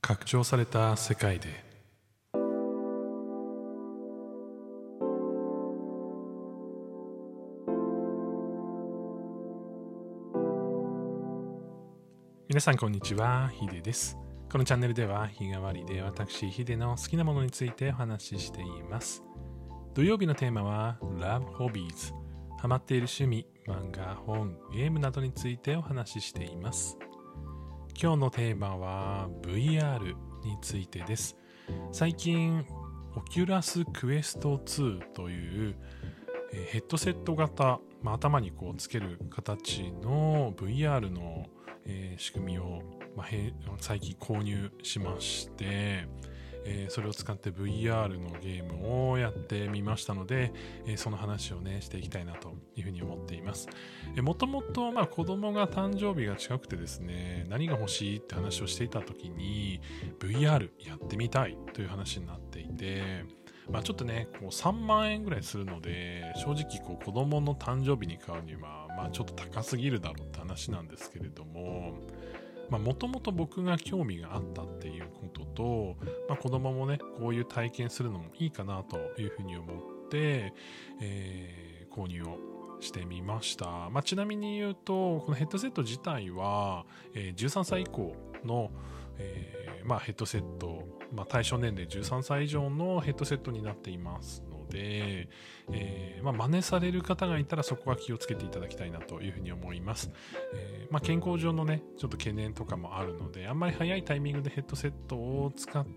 拡張された世界で皆さんこんにちは、ヒデです。このチャンネルでは日替わりで私ヒデの好きなものについてお話ししています。土曜日のテーマは Love Hobbies、 ハマっている趣味、漫画、本、ゲームなどについてお話ししています。今日のテーマは VR についてです。最近オキュラスクエスト2というヘッドセット型、頭にこうつける形の VR の仕組みを最近購入しまして、それを使って VR のゲームをやってみましたので、その話をねしていきたいなというふうに思っています。もともと子供が誕生日が近くてですね、何が欲しいって話をしていた時に VR やってみたいという話になっていて、ちょっとねこう3万円ぐらいするので、正直こう子供の誕生日に買うにはちょっと高すぎるだろうって話なんですけれども、もともと僕が興味があったっていうことと、子供もねこういう体験するのもいいかなというふうに思って、購入をしてみました。ちなみに言うと、このヘッドセット自体は、13歳以降の、ヘッドセット、対象年齢13歳以上のヘッドセットになっていますので、真似される方がいたらそこは気をつけていただきたいなというふうに思います。健康上のねちょっと懸念とかもあるので、あんまり早いタイミングでヘッドセットを使って、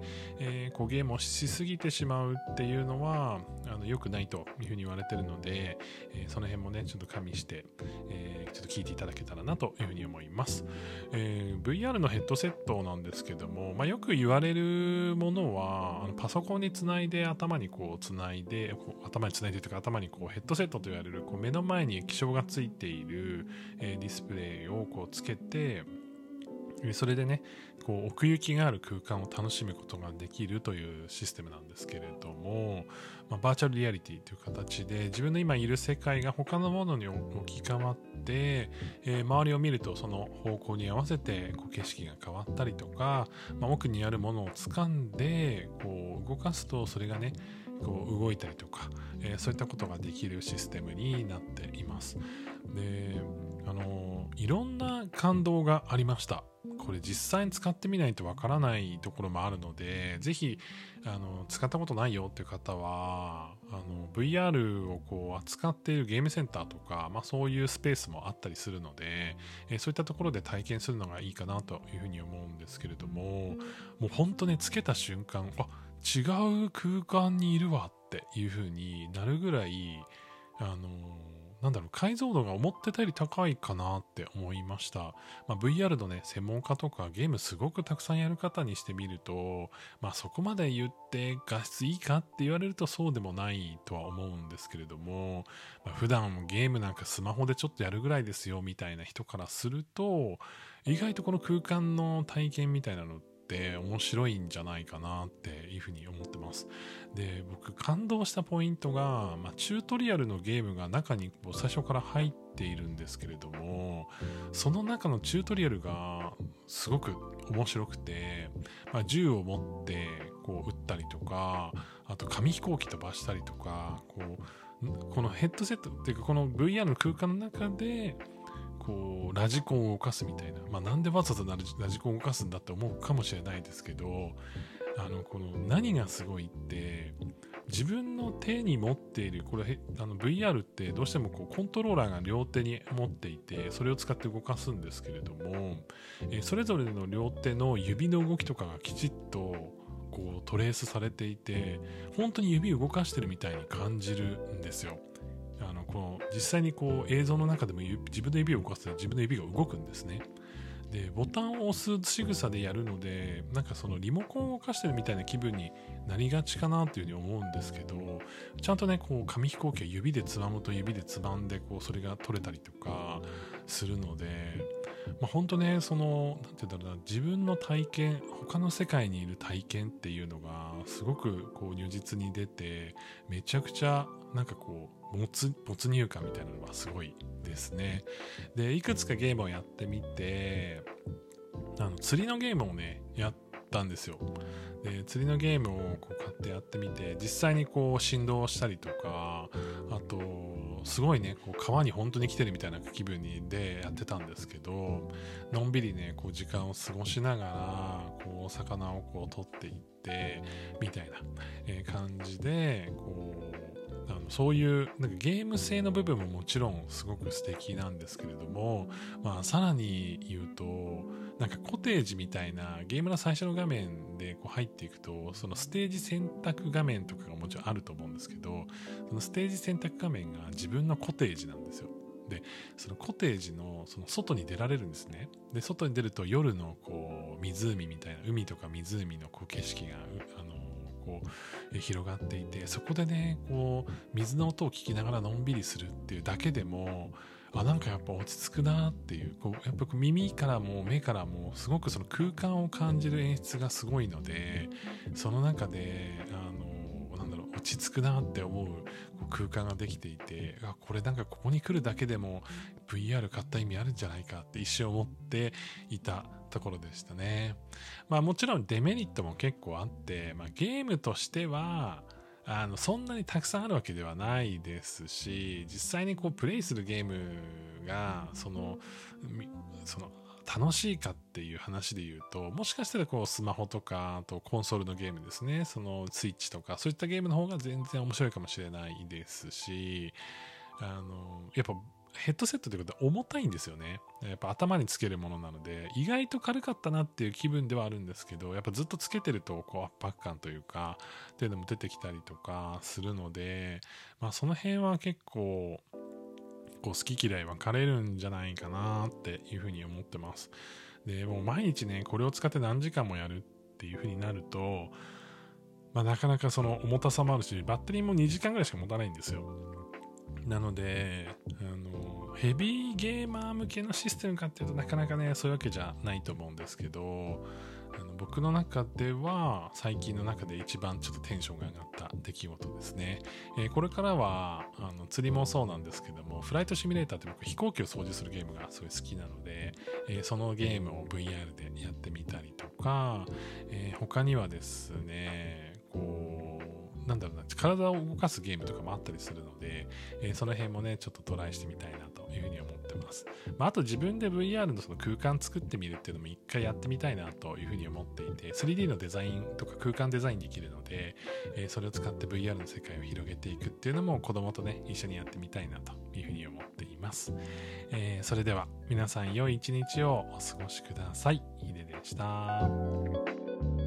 こうゲームをしすぎてしまうっていうのは良くないというふうに言われているので、その辺もねちょっと加味して、ちょっと聞いていただけたらなというふうに思います。VR のヘッドセットなんですけども、よく言われるものはパソコンにつないで頭につないでというか、頭にこうヘッドセットと言われるこう目の前に液晶がついている、ディスプレイをこうつけて、それでねこう奥行きがある空間を楽しむことができるというシステムなんですけれども、バーチャルリアリティという形で自分の今いる世界が他のものに置き換わって、周りを見るとその方向に合わせてこう景色が変わったりとか、奥にあるものを掴んでこう動かすとそれがねこう動いたりとか、そういったことができるシステムになっています。で、いろんな感動がありました。これ実際に使ってみないとわからないところもあるので、ぜひ使ったことないよっていう方はVR をこう扱っているゲームセンターとか、そういうスペースもあったりするので、そういったところで体験するのがいいかなというふうに思うんですけれども、もう本当ねつけた瞬間、違う空間にいるわっていう風になるぐらい、解像度が思ってたより高いかなって思いました。VR のね専門家とかゲームすごくたくさんやる方にしてみると、そこまで言って画質いいかって言われるとそうでもないとは思うんですけれども、普段ゲームなんかスマホでちょっとやるぐらいですよみたいな人からすると、意外とこの空間の体験みたいなのって面白いんじゃないかなっていうふうに思ってます。で、僕感動したポイントが、チュートリアルのゲームが中に最初から入っているんですけれども、その中のチュートリアルがすごく面白くて、銃を持ってこう撃ったりとか、あと紙飛行機飛ばしたりとか、このヘッドセットっていうかこの VR の空間の中でこうラジコンを動かすみたいな、なんでわざわざラジコンを動かすんだって思うかもしれないですけど、この何がすごいって、自分の手に持っているこれVR ってどうしてもこうコントローラーが両手に持っていて、それを使って動かすんですけれども、それぞれの両手の指の動きとかがきちっとこうトレースされていて、本当に指を動かしてるみたいに感じるんですよ。この実際にこう映像の中でも自分の指を動かすと自分の指が動くんですね。で、ボタンを押す仕草でやるので、そのリモコンを動かしてるみたいな気分になりがちかなというふうに思うんですけど、ちゃんとねこう紙飛行機を指でつまむと指でつまんでこうそれが取れたりとかするので、本当ねなんて言うんだろうな、自分の体験、他の世界にいる体験っていうのがすごくこう如実に出て、めちゃくちゃ没入感みたいなのがすごいですね。で、いくつかゲームをやってみて、釣りのゲームをねやったんですよ。で釣りのゲームをこう買ってやってみて、実際にこう振動したりとか、あとすごいねこう川に本当に来てるみたいな気分でやってたんですけど、のんびりねこう時間を過ごしながらこう魚をこう取っていってみたいな感じで、こうそういうなんかゲーム性の部分ももちろんすごく素敵なんですけれども、さらに言うとなんかコテージみたいなゲームの最初の画面でこう入っていくと、そのステージ選択画面とかがもちろんあると思うんですけど、そのステージ選択画面が自分のコテージなんですよ。でそのコテージのその外に出られるんですね。で外に出ると夜のこう湖みたいな、海とか湖のこう景色がこう広がっていて、そこでねこう水の音を聞きながらのんびりするっていうだけでも、なんかやっぱ落ち着くなっていう、やっぱ耳からも目からもすごくその空間を感じる演出がすごいので、その中で落ち着くなって思う空間ができていて、これなんかここに来るだけでも VR 買った意味あるんじゃないかって一瞬思っていたところでしたね。もちろんデメリットも結構あって、ゲームとしてはそんなにたくさんあるわけではないですし、実際にこうプレイするゲームがその楽しいかっていう話で言うと、もしかしたらこうスマホとかあとコンソールのゲームですね、そのスイッチとかそういったゲームの方が全然面白いかもしれないですし、やっぱヘッドセットということは重たいんですよね。やっぱ頭につけるものなので意外と軽かったなっていう気分ではあるんですけど、やっぱずっとつけてるとこう圧迫感というかっていうのも出てきたりとかするので、その辺は結構こう好き嫌い分かれるんじゃないかなっていうふうに思ってます。でもう毎日ねこれを使って何時間もやるっていうふうになると、なかなかその重たさもあるし、バッテリーも2時間ぐらいしか持たないんですよ。なのでヘビーゲーマー向けのシステムかっていうとなかなかねそういうわけじゃないと思うんですけど、僕の中では最近の中で一番ちょっとテンションが上がった出来事ですね。これからは釣りもそうなんですけども、フライトシミュレーターって僕飛行機を操縦するゲームがすごい好きなので、そのゲームを VR でやってみたりとか、他にはですね体を動かすゲームとかもあったりするので、その辺もねちょっとトライしてみたいなというふうに思ってます。あと自分で VR のその空間作ってみるっていうのも一回やってみたいなというふうに思っていて、 3D のデザインとか空間デザインできるので、それを使って VR の世界を広げていくっていうのも子供とね一緒にやってみたいなというふうに思っています。それでは皆さん良い一日をお過ごしください。ヒデでした。